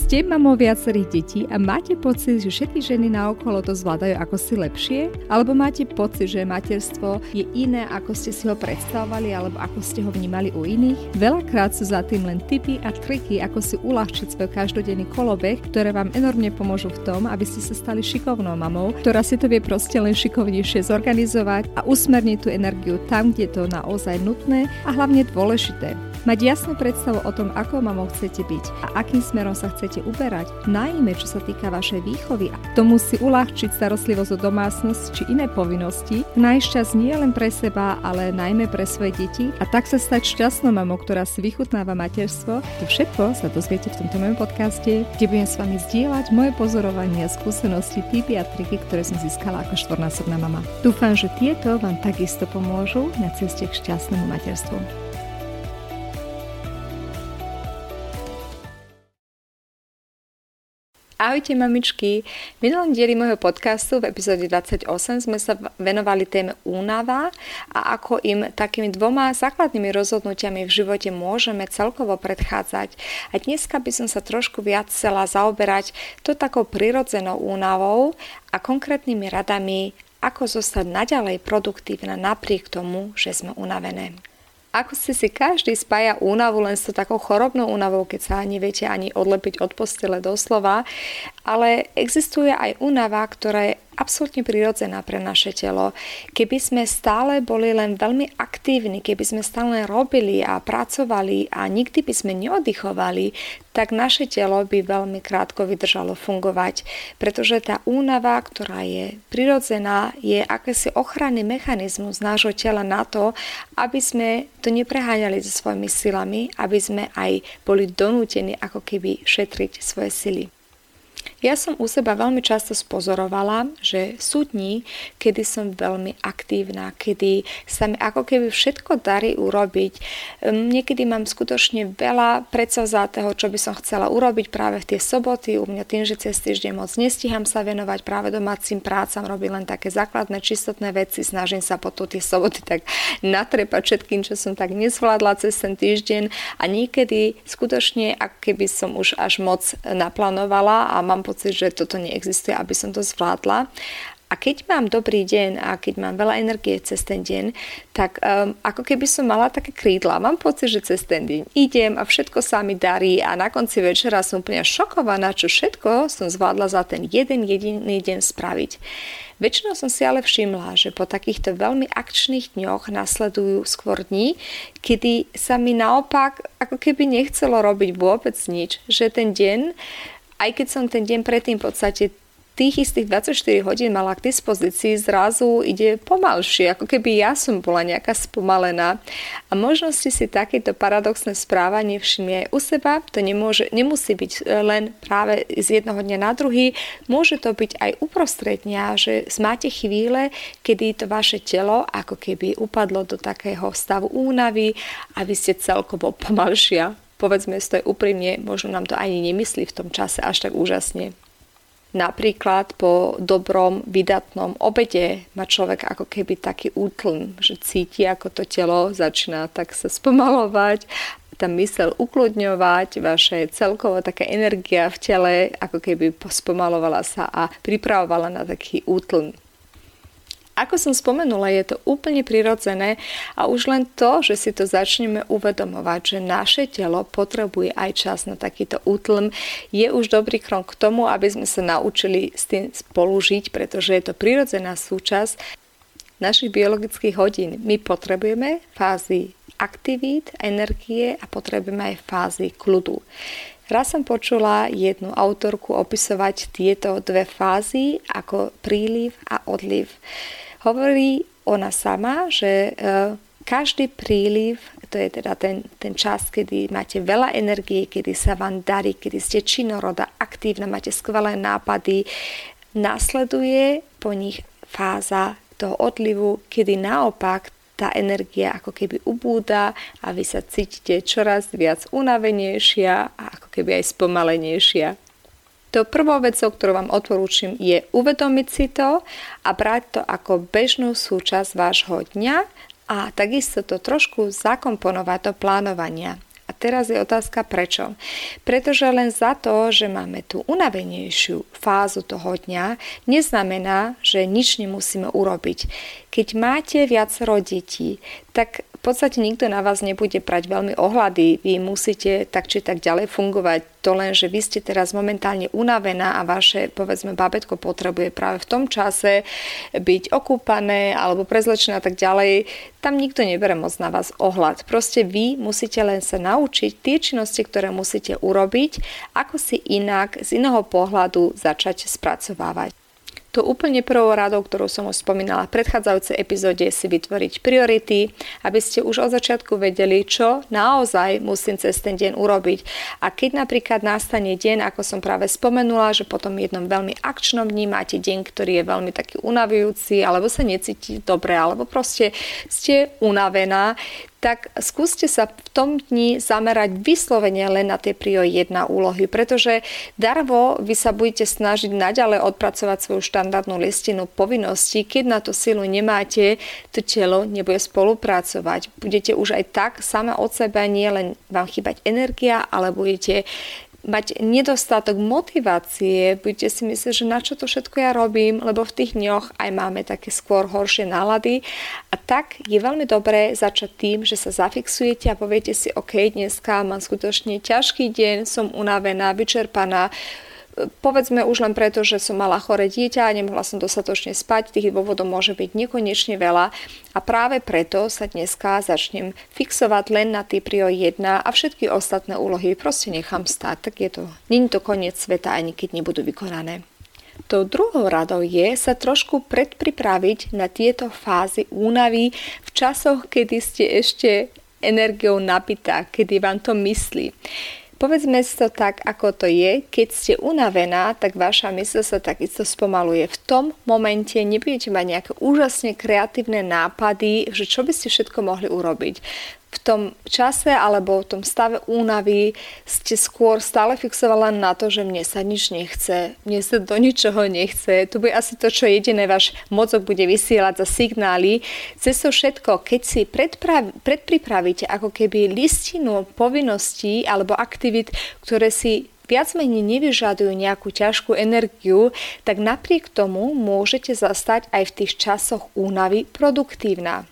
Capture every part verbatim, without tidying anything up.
Ste mamou viacerých detí a máte pocit, že všetky ženy naokolo to zvládajú ako si lepšie? Alebo máte pocit, že materstvo je iné, ako ste si ho predstavovali alebo ako ste ho vnímali u iných? Veľakrát sú za tým len tipy a triky, ako si uľahčiť svoj každodenný kolobeh, ktoré vám enormne pomôžu v tom, aby ste sa stali šikovnou mamou, ktorá si to vie proste len šikovnejšie zorganizovať a usmerniť tú energiu tam, kde je to naozaj nutné a hlavne dôležité. Mať jasnú predstavu o tom, ako mamou chcete byť a akým smerom sa chcete uberať, najmä čo sa týka vašej výchovy a tomu si uľahčiť starostlivosť o domácnosť či iné povinnosti, nájsť čas nie len pre seba, ale najmä pre svoje deti a tak sa stať šťastnou mamou, ktorá si vychutnáva materstvo. To všetko sa dozviete v tomto mojom podcaste, kde budem s vami zdieľať moje pozorovania, skúsenosti, tipy a triky, ktoré som získala ako štvornásobná mama. Dúfam, že tieto vám takisto pomôžu na ceste k šťastnému materstvu. Ahojte mamičky, v minulom dieli môjho podcastu v epizóde dvadsaťosem sme sa venovali téme únava a ako im takými dvoma základnými rozhodnutiami v živote môžeme celkovo predchádzať. A dneska by som sa trošku viac chcela zaoberať to takou prirodzenou únavou a konkrétnymi radami, ako zostať naďalej produktívna napriek tomu, že sme unavené. Ako ste si každý spája únavu len s takou chorobnou únavou, keď sa neviete ani odlepiť od postele doslova, ale existuje aj únava, ktorá je absolútne prirodzená pre naše telo. Keby sme stále boli len veľmi aktívni, keby sme stále len robili a pracovali a nikdy by sme neoddychovali, tak naše telo by veľmi krátko vydržalo fungovať, pretože tá únava, ktorá je prirodzená, je akési ochranný mechanizmus nášho tela na to, aby sme to nepreháňali so svojimi silami, aby sme aj boli donútení ako keby šetriť svoje sily. Ja som u seba veľmi často spozorovala, že sú dni, kedy som veľmi aktívna, kedy sa mi ako keby všetko darí urobiť. Niekedy mám skutočne veľa predsavzatého, čo by som chcela urobiť práve v tie soboty. U mňa tým, že cez týždeň moc nestíham sa venovať práve domácim prácam, robím len také základné čistotné veci, snažím sa potom tie soboty tak natrepať všetkým, čo som tak nezvládla cez ten týždeň a niekedy skutočne, ako keby som už až moc naplánovala a mám pocit, že toto neexistuje, aby som to zvládla. A keď mám dobrý deň a keď mám veľa energie cez ten deň, tak um, ako keby som mala také krídla. Mám pocit, že cez ten deň idem a všetko sa mi darí a na konci večera som úplne šokovaná, čo všetko som zvládla za ten jeden jediný deň spraviť. Väčšinou som si ale všimla, že po takýchto veľmi akčných dňoch nasledujú skôr dni, kedy sa mi naopak ako keby nechcelo robiť vôbec nič. Že ten deň, aj keď som ten deň predtým v podstate tých istých dvadsaťštyri hodín mala k dispozícii, zrazu ide pomalšie, ako keby ja som bola nejaká spomalená. A možno ste si takéto paradoxné správanie všimli aj u seba. To nemôže, nemusí byť len práve z jednoho dňa na druhý. Môže to byť aj uprostred dňa, že máte chvíle, kedy to vaše telo ako keby upadlo do takého stavu únavy a vy ste celkovo pomalšia. Povedzme si to aj úprimne, možno nám to ani nemyslí v tom čase až tak úžasne. Napríklad po dobrom, vydatnom obede má človek ako keby taký útln, že cíti, ako to telo začína tak sa spomalovať, tá myseľ ukludňovať, vaše celkovo taká energia v tele ako keby spomalovala sa a pripravovala na taký útln. Ako som spomenula, je to úplne prirodzené a už len to, že si to začneme uvedomovať, že naše telo potrebuje aj čas na takýto útlm, je už dobrý krok k tomu, aby sme sa naučili s tým spolužiť, pretože je to prirodzená súčasť našich biologických hodín. My potrebujeme fázy aktivít, energie a potrebujeme aj fázy kľudu. Raz som počula jednu autorku opisovať tieto dve fázy ako príliv a odliv. Hovorí ona sama, že e, každý príliv, to je teda ten, ten čas, kedy máte veľa energie, kedy sa vám darí, kedy ste činoroda, aktívna, máte skvelé nápady, nasleduje po nich fáza toho odlivu, kedy naopak tá energia ako keby ubúda a vy sa cítite čoraz viac unavenejšia a ako keby aj spomalenejšia. To prvou vecou, ktorú vám odporúčam, je uvedomiť si to a brať to ako bežnú súčasť vášho dňa a takisto to trošku zakomponovať do plánovania. A teraz je otázka prečo. Pretože len za to, že máme tú unavenejšiu fázu toho dňa, neznamená, že nič nemusíme urobiť. Keď máte viacero detí, tak v podstate nikto na vás nebude brať veľmi ohľady. Vy musíte tak či tak ďalej fungovať. To len, že vy ste teraz momentálne unavená a vaše, povedzme, bábätko potrebuje práve v tom čase byť okúpané alebo prezlečené a tak ďalej. Tam nikto nebere moc na vás ohľad. Proste vy musíte len sa naučiť tie činnosti, ktoré musíte urobiť, ako si inak z iného pohľadu začať spracovávať. To úplne prvou radou, ktorú som už spomínala v predchádzajúcej epizóde, si vytvoriť priority, aby ste už od začiatku vedeli, čo naozaj musím cez ten deň urobiť. A keď napríklad nastane deň, ako som práve spomenula, že potom v jednom veľmi akčnom dni máte deň, ktorý je veľmi taký unavujúci, alebo sa necítite dobre, alebo proste ste unavená, tak skúste sa v tom dni zamerať vyslovene len na tie prio jedna úlohy, pretože darvo vy sa budete snažiť naďalej odpracovať svoju štandardnú listinu povinností, keď na to silu nemáte, to telo nebude spolupracovať. Budete už aj tak sama od seba, nie len vám chýbať energia, ale budete mať nedostatok motivácie, budete si myslieť, že na čo to všetko ja robím, lebo v tých dňoch aj máme také skôr horšie nálady. A tak je veľmi dobré začať tým, že sa zafixujete a poviete si, OK, dneska mám skutočne ťažký deň, som unavená, vyčerpaná, povedzme už len preto, že som mala choré dieťa a nemohla som dostatočne spať, tých dôvodov môže byť nekonečne veľa a práve preto sa dneska začnem fixovať len na tie prio jedna a všetky ostatné úlohy proste nechám stáť, tak je to, nie je to koniec sveta, ani keď nebudú vykonané. Tou druhou radou je sa trošku predpripraviť na tieto fázy únavy v časoch, kedy ste ešte energiou nabitá, kedy vám to myslí. Povedzme si to tak, ako to je, keď ste unavená, tak vaša mysľ sa takisto spomaluje. V tom momente nebudete mať nejaké úžasne kreatívne nápady, že čo by ste všetko mohli urobiť. V tom čase alebo v tom stave únavy ste skôr stále fixovala na to, že mne sa nič nechce, mne sa do ničoho nechce. To bude asi to, čo jediné váš mozog bude vysielať za signály. Cez to všetko, keď si predprav- predpripravíte ako keby listinu povinností alebo aktivít, ktoré si viac menej nevyžadujú nejakú ťažkú energiu, tak napriek tomu môžete zastať aj v tých časoch únavy produktívna.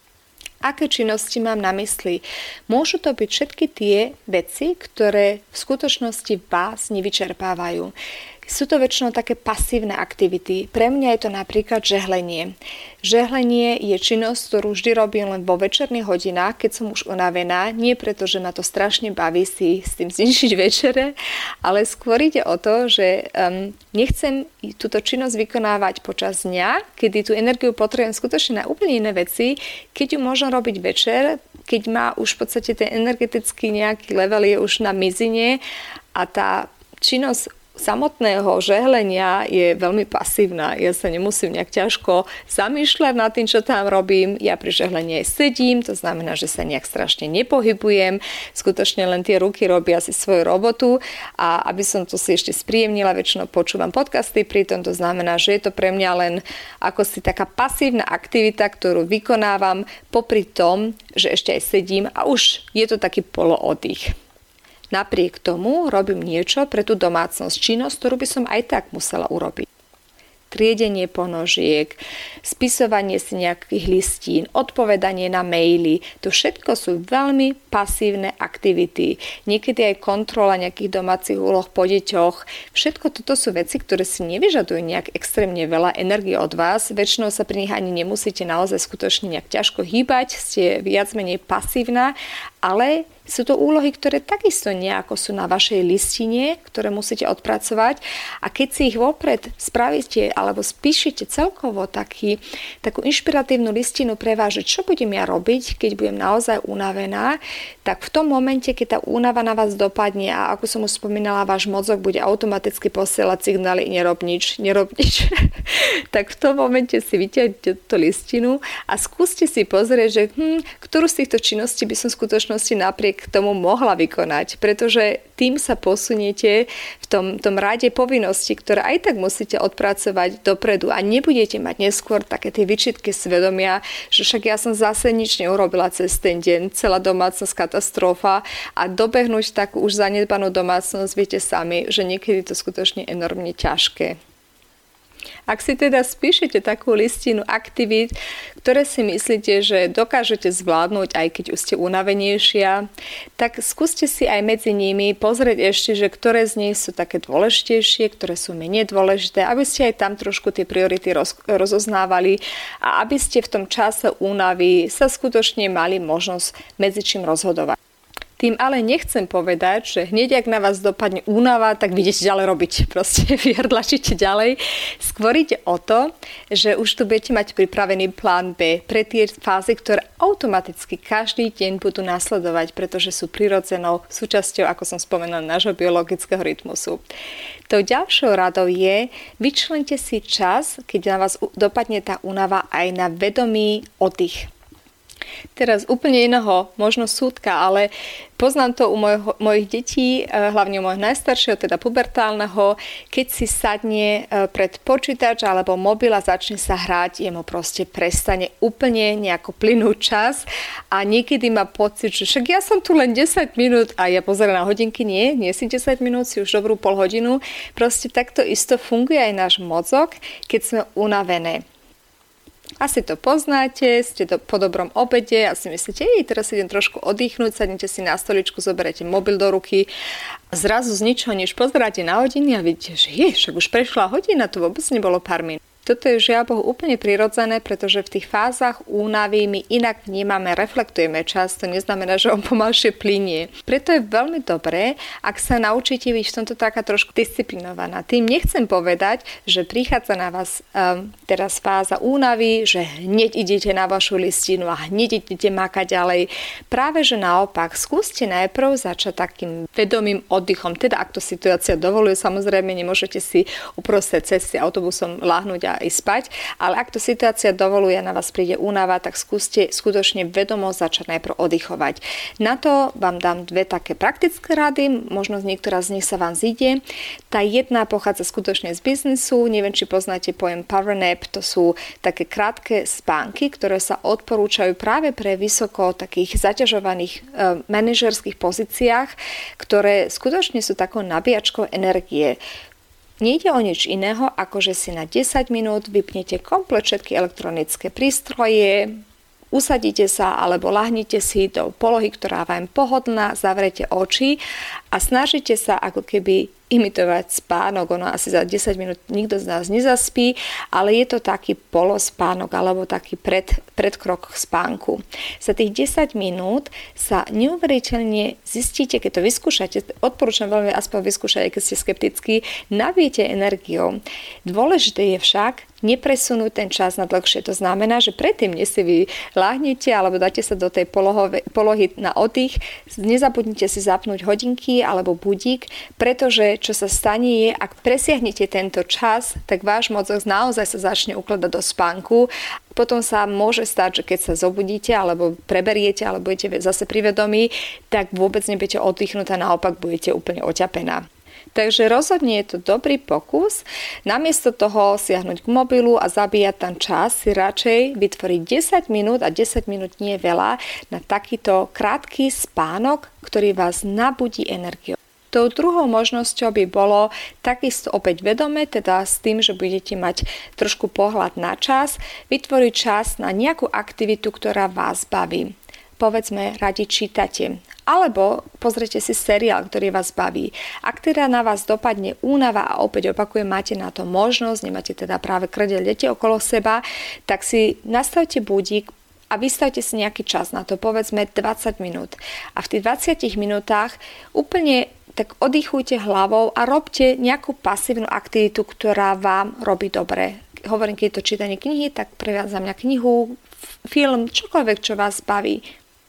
Aké činnosti mám na mysli? Môžu to byť všetky tie veci, ktoré v skutočnosti vás nevyčerpávajú. Sú to väčšinou také pasívne aktivity. Pre mňa je to napríklad žehlenie. Žehlenie je činnosť, ktorú vždy robím len vo večerných hodinách, keď som už unavená. Nie preto, že ma to strašne baví si s tým zničiť večere, ale skôr ide o to, že um, nechcem túto činnosť vykonávať počas dňa, kedy tú energiu potrebujem skutočne na úplne iné veci, keď ju môžem robiť večer, keď má už v podstate ten energetický nejaký level je už na mizine a tá činnosť samotného žehlenia je veľmi pasívna. Ja sa nemusím nejak ťažko zamýšľať nad tým, čo tam robím. Ja pri žehlení aj sedím, to znamená, že sa nejak strašne nepohybujem. Skutočne len tie ruky robia si svoju robotu a aby som to si ešte spríjemnila, väčšinou počúvam podcasty, pritom to znamená, že je to pre mňa len ako si taká pasívna aktivita, ktorú vykonávam popri tom, že ešte aj sedím a už je to taký polooddych. Napriek tomu robím niečo pre tú domácnosť, činnosť, ktorú by som aj tak musela urobiť. Triedenie ponožiek, spisovanie si nejakých listín, odpovedanie na maily. To všetko sú veľmi pasívne aktivity. Niekedy aj kontrola nejakých domácich úloh po deťoch. Všetko toto sú veci, ktoré si nevyžadujú nejak extrémne veľa energie od vás. Väčšinou sa pri nich ani nemusíte naozaj skutočne nejak ťažko hýbať, ste viac menej pasívna, ale sú to úlohy, ktoré takisto nejako sú na vašej listine, ktoré musíte odpracovať a keď si ich vopred spravíte alebo spíšete celkovo taký, takú inšpiratívnu listinu pre vás, že čo budem ja robiť, keď budem naozaj unavená, tak v tom momente, keď tá únava na vás dopadne a ako som už spomínala, váš mozog bude automaticky posielať signály nerob nič, nerob nič, tak v tom momente si vyťahnete tú listinu a skúste si pozrieť, že hm, ktorú z týchto činností by som skutočne skutočnosti napriek tomu mohla vykonať, pretože tým sa posuniete v tom, tom rade povinností, ktoré aj tak musíte odpracovať dopredu a nebudete mať neskôr také tie výčitky svedomia, že však ja som zase nič neurobila cez ten deň, celá domácnosť katastrofa a dobehnúť takú už zanedbanú domácnosť, viete sami, že niekedy to skutočne enormne ťažké. Ak si teda spíšete takú listinu aktivít, ktoré si myslíte, že dokážete zvládnuť, aj keď už ste unavenejšia, tak skúste si aj medzi nimi pozrieť ešte, že ktoré z nich sú také dôležitejšie, ktoré sú menej dôležité, aby ste aj tam trošku tie priority roz, rozoznávali a aby ste v tom čase únavy sa skutočne mali možnosť medzi čím rozhodovať. Tým ale nechcem povedať, že hneď ak na vás dopadne únava, tak vy idete ďalej robiť. Proste vyhrdlačíte ďalej. Skôr ide o to, že už tu budete mať pripravený plán B pre tie fázy, ktoré automaticky každý deň budú nasledovať, pretože sú prirodzenou súčasťou, ako som spomenula, nášho biologického rytmusu. Tou ďalšou radou je, vyčlente si čas, keď na vás dopadne tá únava, aj na vedomý oddych. Teraz úplne iného, možno súdka, ale poznám to u mojho, mojich detí, hlavne u môjho najstaršieho, teda pubertálneho, keď si sadne pred počítač alebo mobil a začne sa hrať, jemu proste prestane úplne nejako plynúť čas a niekedy má pocit, že však ja som tu len desať minút a ja pozerám na hodinky, nie, nie si desať minút, si už dobrú pol hodinu. Proste takto isto funguje aj náš mozog, keď sme unavené. Asi to poznáte, ste to po dobrom obede a si myslíte, jej, teraz idem trošku oddychnúť, sadnete si na stoličku, zoberete mobil do ruky a zrazu z ničoho nič pozeráte na hodiny a vidíte, že je, však už prešla hodina, to vôbec nebolo pár minút. Toto je žiaľ Bohu úplne prirodzené, pretože v tých fázach únavy my inak vnímame, reflektujeme čas, to neznamená, že on pomalšie plynie. Preto je veľmi dobré, ak sa naučíte byť v tomto taká trošku disciplinovaná. Tým nechcem povedať, že prichádza na vás um, teraz fáza únavy, že hneď idete na vašu listinu a hneď idete makať ďalej. Práve že naopak, skúste najprv začať takým vedomým oddychom. Teda ak to situácia dovoluje, samozrejme nemôžete si uprostred cesty autobusom láhnuť a ísť spať, ale ak to situácia dovoluje a na vás príde únava, tak skúste skutočne vedomo začať najprv oddychovať. Na to vám dám dve také praktické rady, možno niektorá z nich sa vám zíde. Tá jedna pochádza skutočne z biznisu, neviem, či poznáte pojem power nap, to sú také krátke spánky, ktoré sa odporúčajú práve pre vysoko takých zaťažovaných e, manažerských pozíciách, ktoré skutočne sú takou nabíjačkou energie. Nejde o nič iného, ako že si na desať minút vypnete komplet všetky elektronické prístroje, usadíte sa alebo lahnite si do polohy, ktorá vám je pohodlná, zavrete oči a snažíte sa ako keby imitovať spánok. Ono asi za desať minút nikto z nás nezaspí, ale je to taký polospánok alebo taký pred, predkrok k spánku. Za tých desať minút sa neuveriteľne zistíte, keď to vyskúšate, odporúčam veľmi aspoň vyskúšať, keď ste skeptickí, nabijete energiou. Dôležité je však nepresunúť ten čas na dlhšie. To znamená, že predtým, než si vy láhnete alebo dáte sa do tej polohove, polohy na oddych, nezabudnite si zapnúť hodinky alebo budík, pretože čo sa stane je, ak presiahnete tento čas, tak váš mozog naozaj sa začne ukladať do spánku. Potom sa môže stať, že keď sa zobudíte alebo preberiete alebo budete zase pri vedomí, tak vôbec nebudete oddychnúť a naopak budete úplne oťapená. Takže rozhodne je to dobrý pokus. Namiesto toho siahnuť k mobilu a zabíjať ten čas, si radšej vytvoriť desať minút, a desať minút nie je veľa, na takýto krátky spánok, ktorý vás nabudí energiou. Tou druhou možnosťou by bolo takisto opäť vedomé, teda s tým, že budete mať trošku pohľad na čas, vytvoriť čas na nejakú aktivitu, ktorá vás baví. Povedzme, radi čítate, alebo pozrite si seriál, ktorý vás baví. Ak teda na vás dopadne únava a opäť opakujem, máte na to možnosť, nemáte teda práve krdeľ deti okolo seba, tak si nastavte budík a vystavte si nejaký čas na to, povedzme dvadsať minút. A v tých dvadsiatich minútach úplne tak oddychujte hlavou a robte nejakú pasívnu aktivitu, ktorá vám robí dobre. Hovorím, keď je to čítanie knihy, tak pre vás za mňa knihu, film, čokoľvek, čo vás baví.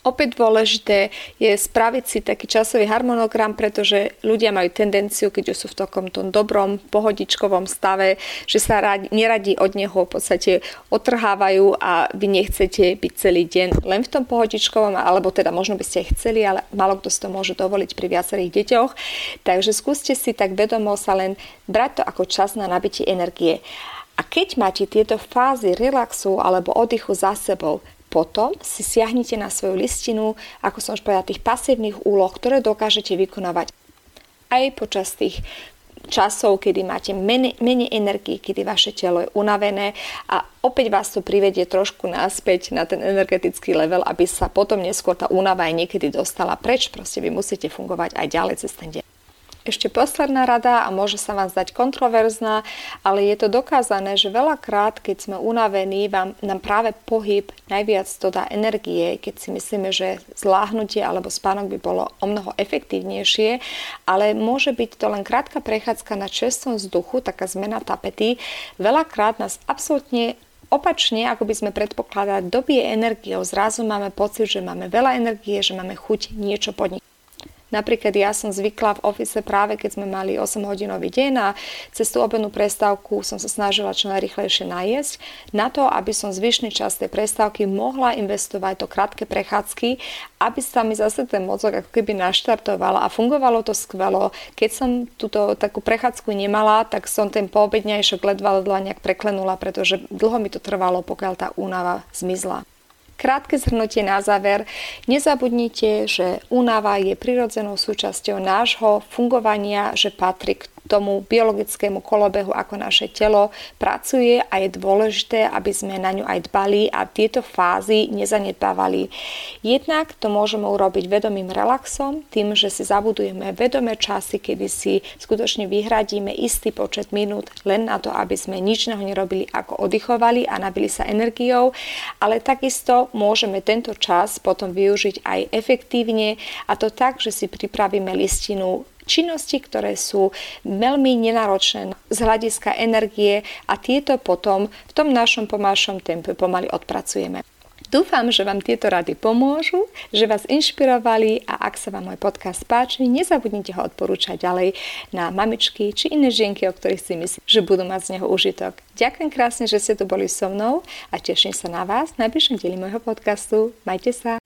Opäť dôležité je spraviť si taký časový harmonogram, pretože ľudia majú tendenciu, keď už sú v takom tom dobrom, pohodičkovom stave, že sa radi, neradi od neho v podstate otrhávajú a vy nechcete byť celý deň len v tom pohodičkovom, alebo teda možno by ste aj chceli, ale málo kto si to môže dovoliť pri viacerých deťoch. Takže skúste si tak vedomo sa len brať to ako čas na nabitie energie. A keď máte tieto fázy relaxu alebo oddychu za sebou, potom si siahnite na svoju listinu, ako som už povedala, tých pasívnych úloh, ktoré dokážete vykonávať aj počas tých časov, kedy máte menej, menej energie, kedy vaše telo je unavené a opäť vás to privedie trošku naspäť na ten energetický level, aby sa potom neskôr tá únava aj niekedy dostala preč. Proste vy musíte fungovať aj ďalej cez ten deň. Ešte posledná rada a môže sa vám zdať kontroverzná, ale je to dokázané, že veľakrát, keď sme unavení, vám, nám práve pohyb najviac dodá energie, keď si myslíme, že zláhnutie alebo spánok by bolo o mnoho efektívnejšie, ale môže byť to len krátka prechádzka na čerstom vzduchu, taká zmena tapety, veľakrát nás absolútne opačne, ako by sme predpokladali, dobije energiou. Zrazu máme pocit, že máme veľa energie, že máme chuť niečo podnikať. Napríklad ja som zvykla v office práve keď sme mali osemhodinový deň a cez tú obednú prestávku som sa snažila čo najrýchlejšie najesť na to, aby som zvyšný čas tej prestávky mohla investovať do krátke prechádzky, aby sa mi zase ten mozog ako keby naštartoval a fungovalo to skvelo. Keď som túto takú prechádzku nemala, tak som ten poobedňajšok ledva ledva nejak preklenula, pretože dlho mi to trvalo, pokiaľ tá únava zmizla. Krátke zhrnutie na záver. Nezabudnite, že únava je prirodzenou súčasťou nášho fungovania, že patrí k tomu biologickému kolobehu, ako naše telo pracuje a je dôležité, aby sme na ňu aj dbali a tieto fázy nezanedbávali. Jednak to môžeme urobiť vedomým relaxom, tým, že si zabudujeme vedomé časy, kedy si skutočne vyhradíme istý počet minút len na to, aby sme nič neho nerobili, ako oddychovali a nabili sa energiou, ale takisto môžeme tento čas potom využiť aj efektívne a to tak, že si pripravíme listinu činnosti, ktoré sú veľmi nenáročné z hľadiska energie a tieto potom v tom našom pomalšom tempe pomaly odpracujeme. Dúfam, že vám tieto rady pomôžu, že vás inšpirovali a ak sa vám môj podcast páči, nezabudnite ho odporúčať ďalej na mamičky či iné žienky, o ktorých si myslím, že budú mať z neho užitok. Ďakujem krásne, že ste tu boli so mnou a teším sa na vás v najbližšom dieli môjho podcastu. Majte sa!